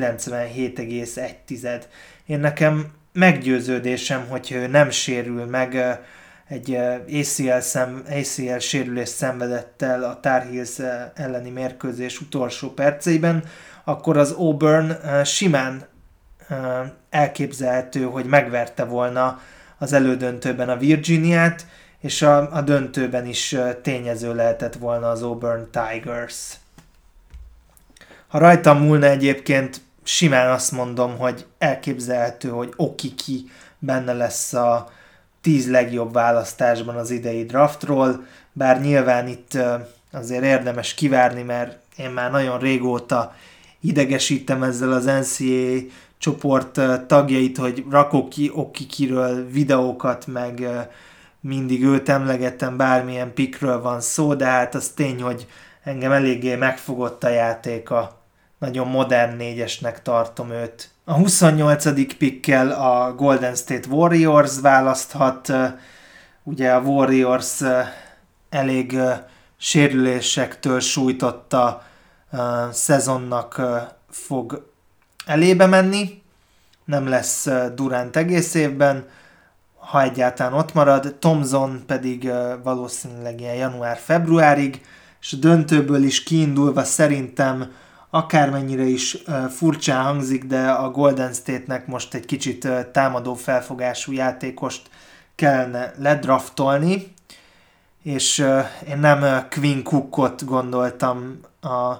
97,1. Én nekem meggyőződésem, hogy ő nem sérül meg, egy ACL sérülést szenvedett el a Tar Heels elleni mérkőzés utolsó perceiben, akkor az Auburn simán elképzelhető, hogy megverte volna az elődöntőben a Virginiát, és a döntőben is tényező lehetett volna az Auburn Tigers. Ha rajtam múlna egyébként, simán azt mondom, hogy elképzelhető, hogy Okiki benne lesz a 10 legjobb választásban az idei draftról, bár nyilván itt azért érdemes kivárni, mert én már nagyon régóta idegesítem ezzel az NCAA csoport tagjait, hogy rakok ki Okikiről videókat, meg mindig őt emlegettem, bármilyen pickről van szó, de hát az tény, hogy engem eléggé megfogott a játéka. Nagyon modern négyesnek tartom őt. A 28. pickkel a Golden State Warriors választhat. Ugye a Warriors elég sérülésektől sújtotta szezonnak fog elébe menni. Nem lesz Durant egész évben, ha egyáltalán ott marad. Thompson pedig valószínűleg ilyen január-februárig, és a döntőből is kiindulva szerintem akármennyire is furcsán hangzik, de a Golden State-nek most egy kicsit támadó felfogású játékost kellene ledraftolni, és én nem Quinn Cookot gondoltam a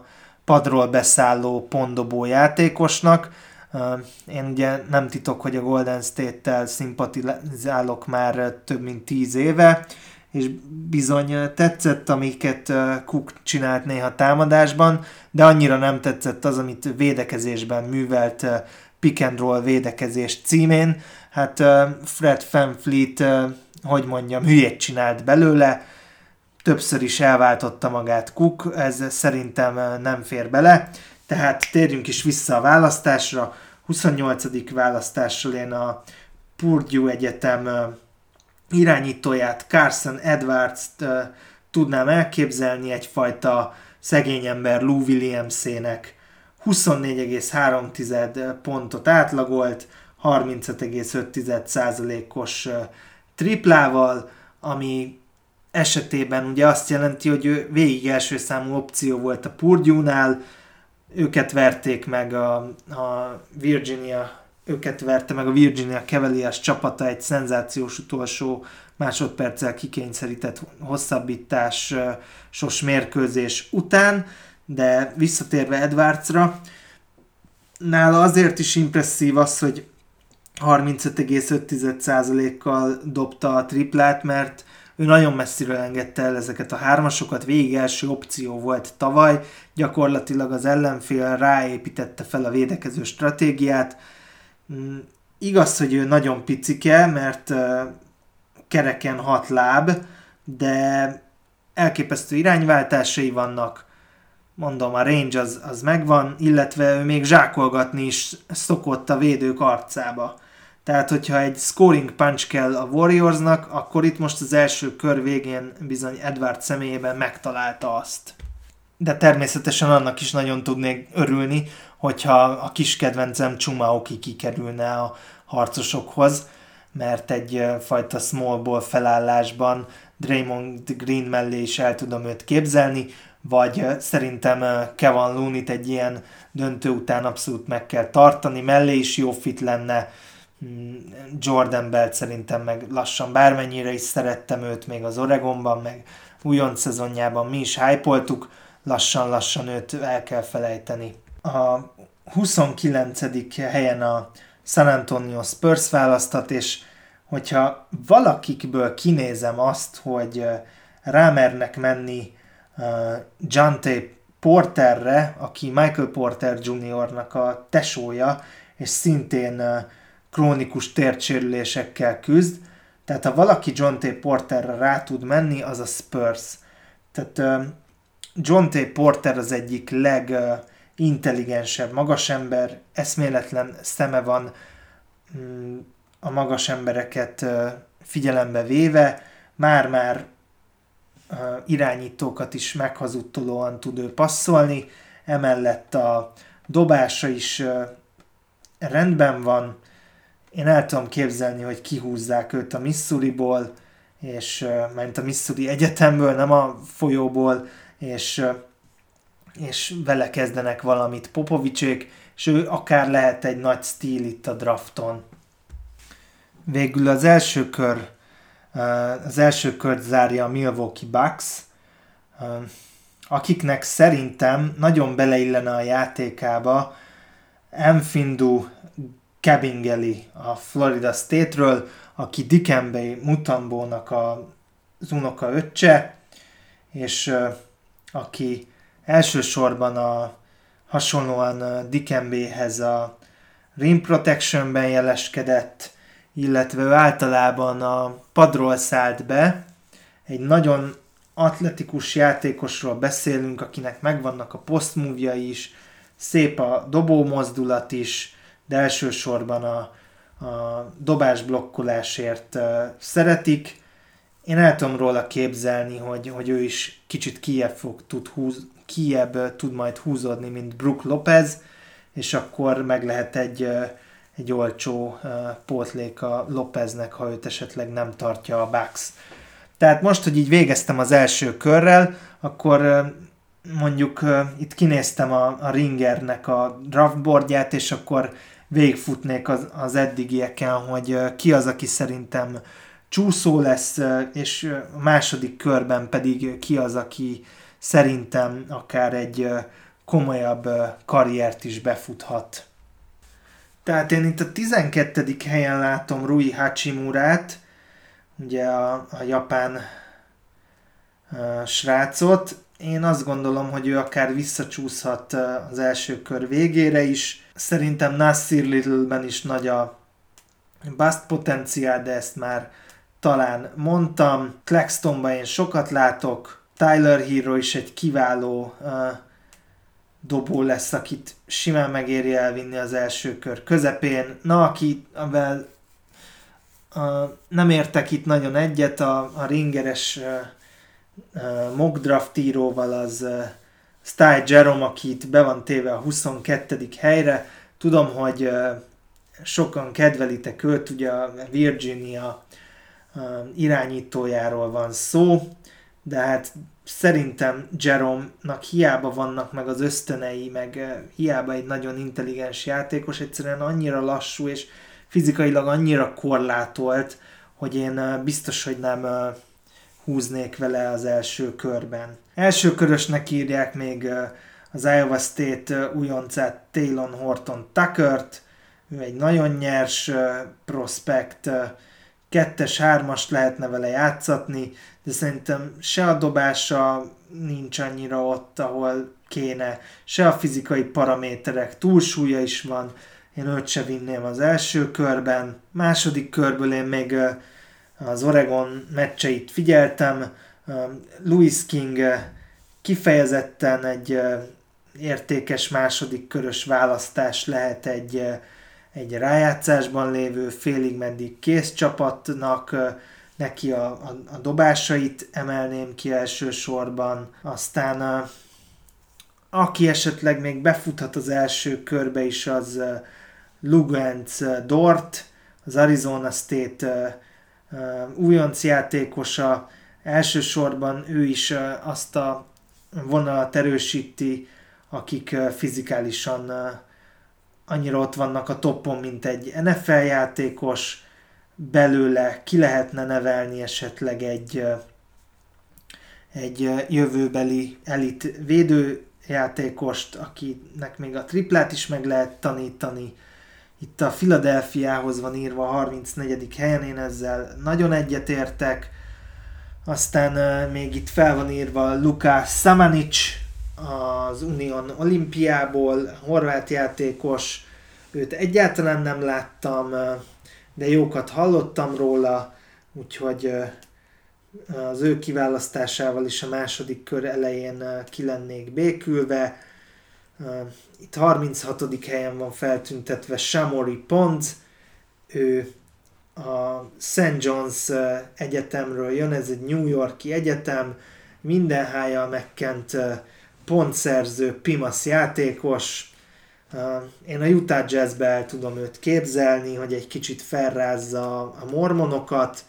padról beszálló pontdobó játékosnak. Én ugye nem titok, hogy a Golden State-tel szimpatizálok már több mint 10 éve, és bizony tetszett, amiket Cook csinált néha támadásban, de annyira nem tetszett az, amit védekezésben művelt pick and roll védekezés címén. Hát Fred VanVleet, hogy mondjam, hülyét csinált belőle, többször is elváltotta magát Cook, ez szerintem nem fér bele, tehát térjünk is vissza a választásra. 28. választással én a Purdue Egyetem irányítóját, Carson Edwards-t tudnám elképzelni, egyfajta szegény ember Lou Williams-ének. 24,3 pontot átlagolt, 35,5%-os triplával, ami esetében ugye azt jelenti, hogy ő végig első számú opció volt a Purdue-nál, őket verték meg a Virginia, őket verte meg a Virginia Cavaliers csapata egy szenzációs utolsó másodperccel kikényszerített hosszabbításos mérkőzés után, de visszatérve Edwardsra, nála azért is impresszív az, hogy 35,5%-kal dobta a triplát, mert ő nagyon messziről engedte el ezeket a hármasokat, végig első opció volt tavaly, gyakorlatilag az ellenfél ráépítette fel a védekező stratégiát. Igaz, hogy ő nagyon picike, mert kereken 6 láb, de elképesztő irányváltásai vannak, mondom, a range az megvan, illetve ő még zsákolgatni is szokott a védők arcába. Tehát, hogyha egy scoring punch kell a Warriorsnak, akkor itt most az első kör végén bizony Edward személyében megtalálta azt. De természetesen annak is nagyon tudnék örülni, hogyha a kis kedvencem Chumaoki kikerülne a harcosokhoz, mert egyfajta small ball felállásban Draymond Green mellé is el tudom őt képzelni, vagy szerintem Kevin Looney-t egy ilyen döntő után abszolút meg kell tartani, mellé is jó fit lenne, Jordan Bell szerintem meg lassan, bármennyire is szerettem őt még az Oregonban, meg újonc szezonjában mi is hype-oltuk, lassan-lassan őt el kell felejteni. A 29. helyen a San Antonio Spurs választat, és hogyha valakikből kinézem azt, hogy rámernek menni Jante Porterre, aki Michael Porter Jr.-nak a tesója, és szintén krónikus térdsérülésekkel küzd, tehát ha valaki Jante Porterre rá tud menni, az a Spurs. Tehát Jante Porter az egyik legintelligensebb magasember, eszméletlen szeme van a magas embereket figyelembe véve, már irányítókat is meghazudtolóan tud ő passzolni, emellett a dobása is rendben van. Én el tudom képzelni, hogy kihúzzák őt a Missouriból, és mert a Missouri Egyetemből, nem a folyóból, és vele kezdenek valamit Popovicsék, és ő akár lehet egy nagy stíl itt a drafton. Végül az első kört zárja a Milwaukee Bucks, akiknek szerintem nagyon beleillene a játékába Mfindu Kabengele a Florida State-ről, aki Dikembe Mutombónak az unoka öccse, és aki elsősorban hasonlóan Dikembéhez a rim protectionben jeleskedett, illetve ő általában a padról szállt be. Egy nagyon atletikus játékosról beszélünk, akinek megvannak a post-move-jai is, szép a dobó mozdulat is, de elsősorban a dobás blokkolásért szeretik. Én el tudom róla képzelni, hogy ő is kicsit kijebb tud majd húzódni, mint Brook Lopez, és akkor meg lehet egy olcsó pótlék a Lopeznek, ha őt esetleg nem tartja a Bucks. Tehát most, hogy így végeztem az első körrel, akkor mondjuk itt kinéztem a Ringernek a draftboardját, és akkor végigfutnék az eddigieken, hogy ki az, aki szerintem csúszó lesz, és a második körben pedig ki az, aki szerintem akár egy komolyabb karriert is befuthat. Tehát én itt a 12. helyen látom Rui Hachimurát, ugye a japán srácot. Én azt gondolom, hogy ő akár visszacsúszhat az első kör végére is. Szerintem Nasir Little-ben is nagy a bust potenciál, de ezt már talán mondtam. Claxtonban én sokat látok. Tyler Hero is egy kiváló dobó lesz, akit simán megéri elvinni az első kör közepén. Na, akivel nem értek itt nagyon egyet, a ringeres mock draft íróval, az Sty Jerome, akit be van téve a 22. helyre. Tudom, hogy sokan kedvelitek őt, ugye a Virginia irányítójáról van szó, de hát szerintem Jerome-nak hiába vannak meg az ösztönei, meg hiába egy nagyon intelligens játékos, egyszerűen annyira lassú és fizikailag annyira korlátolt, hogy én biztos, hogy nem húznék vele az első körben. Első körösnek írják még az Iowa State újoncát Taylor Horton Tuckert, ő egy nagyon nyers prospekt, 2-3-ast lehetne vele játszatni, de szerintem se a dobása nincs annyira ott, ahol kéne, se a fizikai paraméterek, túlsúlya is van, én őt se vinném az első körben. Második körből én még az Oregon meccseit figyeltem, Louis King kifejezetten egy értékes második körös választás lehet egy rájátszásban lévő félig meddig kész csapatnak, neki a dobásait emelném ki elsősorban, aztán aki esetleg még befuthat az első körbe is, az Luguentz Dort, az Arizona State újonc játékosa, elsősorban ő is azt a vonalat erősíti, akik fizikálisan annyira ott vannak a toppon, mint egy NFL játékos, belőle ki lehetne nevelni esetleg egy jövőbeli elit védőjátékost, akinek még a triplát is meg lehet tanítani. Itt a Philadelphiához van írva a 34. helyen, én ezzel nagyon egyetértek. Aztán még itt fel van írva Luka Samanic, az Union Olimpiából, horvát játékos. Őt egyáltalán nem láttam, de jókat hallottam róla, úgyhogy az ő kiválasztásával is a második kör elején ki lennék békülve. Itt 36. helyen van feltüntetve Shamori Pond, ő a St. John's egyetemről jön, ez egy New York-i egyetem, minden hájjal megkent pontszerző, pimasz játékos. Én a Utah Jazzbe el tudom őt képzelni, hogy egy kicsit felrázza a mormonokat.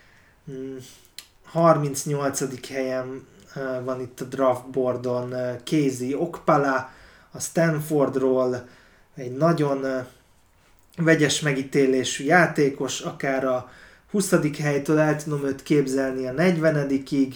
38. helyen van itt a draftboardon Casey Okpala, a Stanfordról, egy nagyon vegyes megítélésű játékos, akár a 20. helytől el tudom őt képzelni a 40-ig.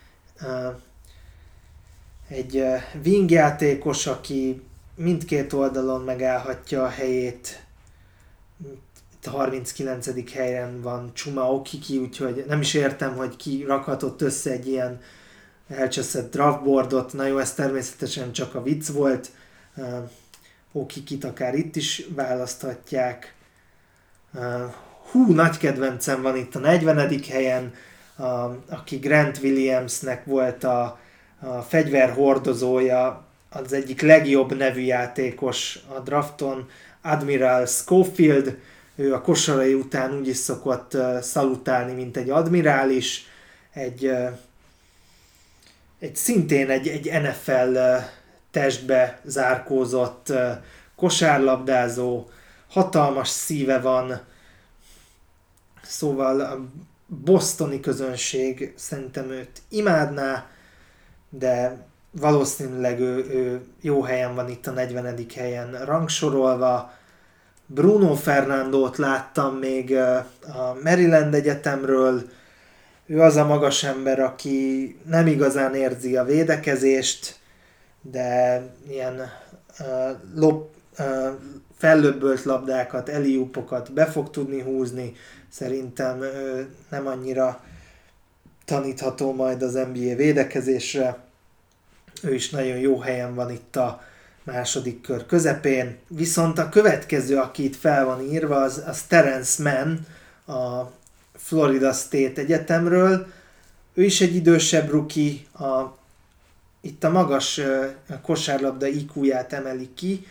Egy wing játékos, aki mindkét oldalon megállhatja a helyét. Itt a 39. helyen van Chuma Okiki, úgyhogy nem is értem, hogy ki rakhatott össze egy ilyen elcseszett draftboardot. Na jó, ez természetesen csak a vicc volt. Okikit akár itt is választhatják. Nagy kedvencem van itt a 40. helyen, aki Grant Williamsnek volt a fegyverhordozója, az egyik legjobb nevű játékos a drafton, Admiral Schofield. Ő a kosarai után úgy is szokott szalutálni, mint egy admirális, szintén egy NFL testbe zárkózott kosárlabdázó, hatalmas szíve van, szóval a bostoni közönség szerintem őt imádná, de valószínűleg ő jó helyen van itt a 40. helyen rangsorolva. Bruno Fernandót láttam még a Maryland Egyetemről. Ő az a magas ember, aki nem igazán érzi a védekezést, de ilyen fellöbbölt labdákat, alley-oopokat be fog tudni húzni. Szerintem nem annyira tanítható majd az NBA védekezésre. Ő is nagyon jó helyen van itt a második kör közepén. Viszont a következő, aki itt fel van írva, az Terence Mann a Florida State Egyetemről. Ő is egy idősebb rookie, itt a magas kosárlabda IQ-ját emeli ki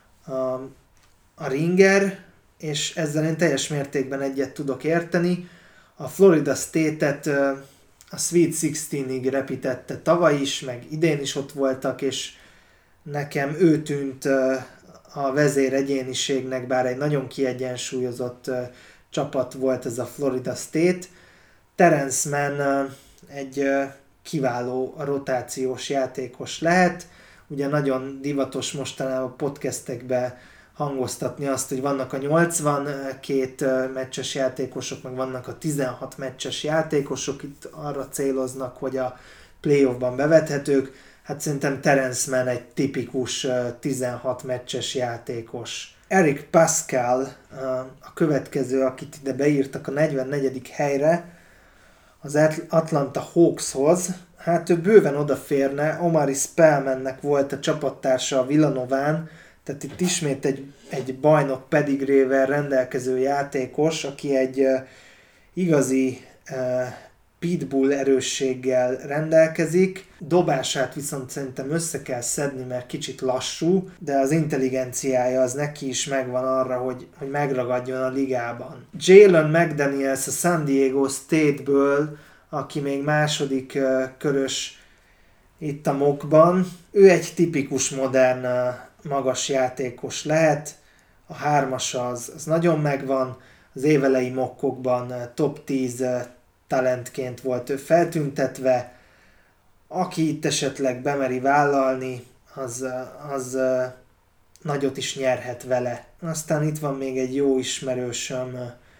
a Ringer, és ezzel én teljes mértékben egyet tudok érteni. A Florida State-et a Sweet 16-ig repítette tavaly is, meg idén is ott voltak, és nekem ő tűnt a vezér egyéniségnek, bár egy nagyon kiegyensúlyozott csapat volt ez a Florida State. Terence Mann egy kiváló rotációs játékos lehet. Ugye nagyon divatos mostanában podcastekben hangoztatni azt, hogy vannak a 82 meccses játékosok, meg vannak a 16 meccses játékosok, itt arra céloznak, hogy a playoffban bevethetők. Hát szerintem Terence Mann egy tipikus 16 meccses játékos. Eric Pascal a következő, akit ide beírtak a 44. helyre, az Atlanta Hawkshoz. Hát ő bőven odaférne, Omari Spellmannek volt a csapattársa a Villanován, tehát itt ismét egy bajnok pedigrével rendelkező játékos, aki egy igazi pitbull erősséggel rendelkezik. Dobását viszont szerintem össze kell szedni, mert kicsit lassú, de az intelligenciája az neki is megvan arra, hogy megragadjon a ligában. Jalen McDaniels a San Diego State-ből, aki még második körös itt a mockban. Ő egy tipikus modern magas játékos lehet, a hármasa az nagyon megvan, az évelei mockokban top 10 talentként volt ő feltüntetve, aki itt esetleg bemeri vállalni, az nagyot is nyerhet vele. Aztán itt van még egy jó ismerősöm,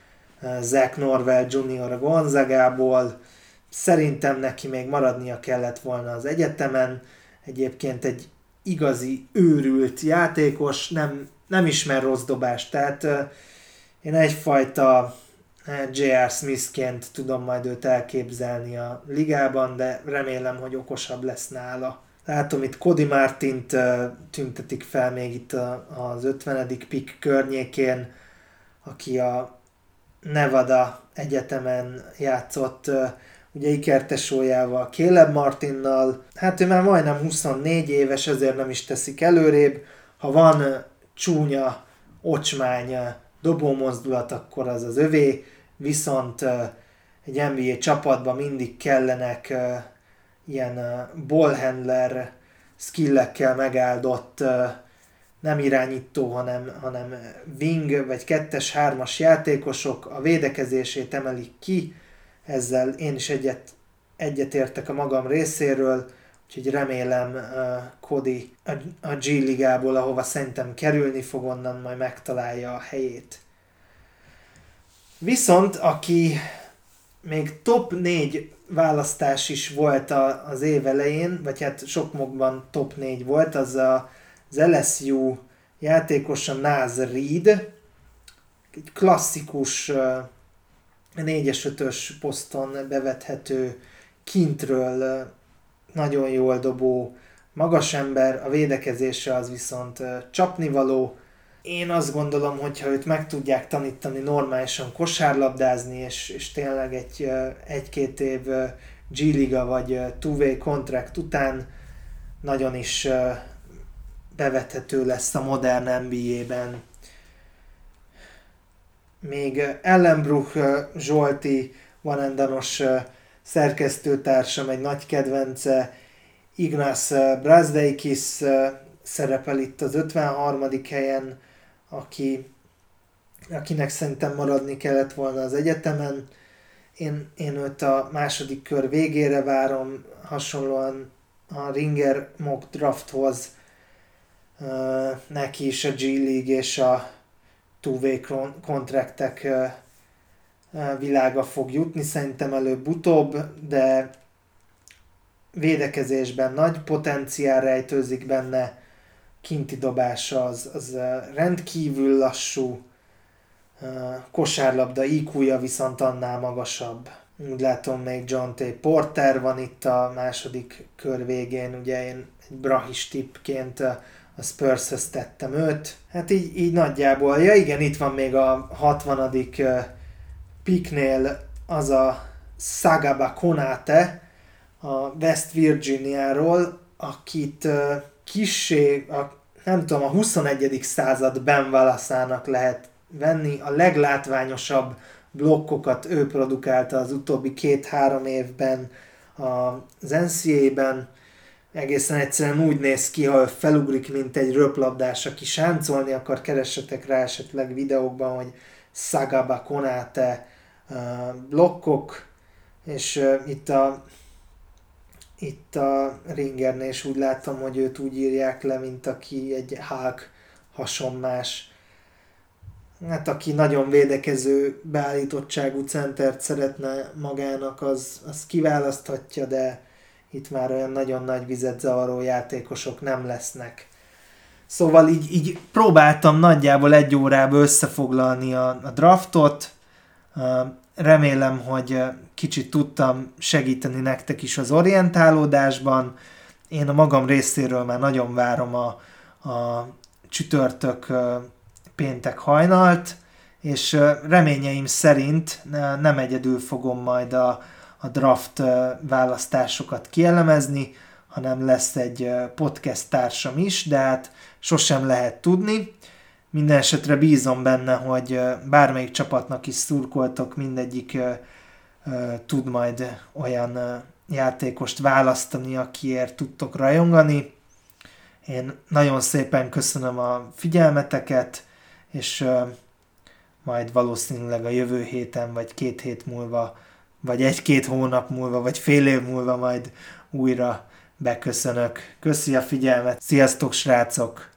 Zach Norwell Jr. a Gonzagából. Szerintem neki még maradnia kellett volna az egyetemen. Egyébként egy igazi őrült játékos, nem ismer rossz dobást, tehát én egyfajta J.R. Smithként tudom majd őt elképzelni a ligában, de remélem, hogy okosabb lesz nála. Látom, itt Cody Martint tüntetik fel még itt az 50. pick környékén, aki a Nevada egyetemen játszott, ugye ikertesójával, Caleb Martinnal. Hát ő már majdnem 24 éves, ezért nem is teszik előrébb. Ha van csúnya, ocsmány dobómozdulat, akkor az az övé, viszont egy NBA csapatban mindig kellenek ilyen ballhandler skillekkel megáldott, nem irányító, hanem wing vagy 2-3-as játékosok, a védekezését emelik ki, ezzel én is egyetértek a magam részéről, úgyhogy remélem Cody a G ligából, ahova szerintem kerülni fog, onnan majd megtalálja a helyét. Viszont aki még top 4 választás is volt az év elején, vagy hát sok mockban top 4 volt, az LSU játékosa Naz Reid, egy klasszikus 4-es 5-ös poszton bevethető, kintről nagyon jól dobó, magas ember, a védekezése az viszont csapnivaló. Én azt gondolom, hogyha őt meg tudják tanítani normálisan kosárlabdázni, és tényleg egy-két év G-liga vagy two-way contract után nagyon is bevethető lesz a modern NBA-ben. Még Ellenbrook Zsolti, Vanendanos szerkesztőtársam, egy nagy kedvence, Ignas Brazdeikis szerepel itt az 53. helyen, akinek szerintem maradni kellett volna az egyetemen. Én őt a második kör végére várom, hasonlóan a Ringer mock drafthoz, neki is a G League és a two-way kontraktek világa fog jutni, szerintem előbb-utóbb, de védekezésben nagy potenciál rejtőzik benne, kinti dobása az rendkívül lassú, kosárlabda IQ-ja viszont annál magasabb. Úgy látom, még John T. Porter van itt a második kör végén, ugye én egy brahis tippként a Spurshez tettem őt. Hát így nagyjából, ja igen, itt van még a 60. picknél az a Sagaba Konate a West Virginiáról, akit nem tudom, a 21. század Ben Wallace-ának lehet venni. A leglátványosabb blokkokat ő produkálta az utóbbi 2-3 évben az NCAA-ben. Egészen egyszerűen úgy néz ki, ha felugrik, mint egy röplabdás, aki sáncolni akar, keressetek rá esetleg videókban, hogy Sagaba Konate blokkok, és itt a Ringernél is úgy látom, hogy őt úgy írják le, mint aki egy Hulk hasonmás. Hát aki nagyon védekező beállítottságú centert szeretne magának, az kiválaszthatja, de itt már olyan nagyon nagy vizet zavaró játékosok nem lesznek. Szóval így próbáltam nagyjából 1 órába összefoglalni a draftot. Remélem, hogy kicsit tudtam segíteni nektek is az orientálódásban. Én a magam részéről már nagyon várom a csütörtök péntek hajnalt, és reményeim szerint nem egyedül fogom majd a draft választásokat kielemezni, hanem lesz egy podcast társam is, de hát sosem lehet tudni. Minden esetre bízom benne, hogy bármelyik csapatnak is szurkoltok, mindegyik tud majd olyan játékost választani, akiért tudtok rajongani. Én nagyon szépen köszönöm a figyelmeteket, és majd valószínűleg a jövő héten, vagy 2 hét múlva, vagy 1-2 hónap múlva, vagy fél év múlva majd újra beköszönök. Köszi a figyelmet, sziasztok srácok!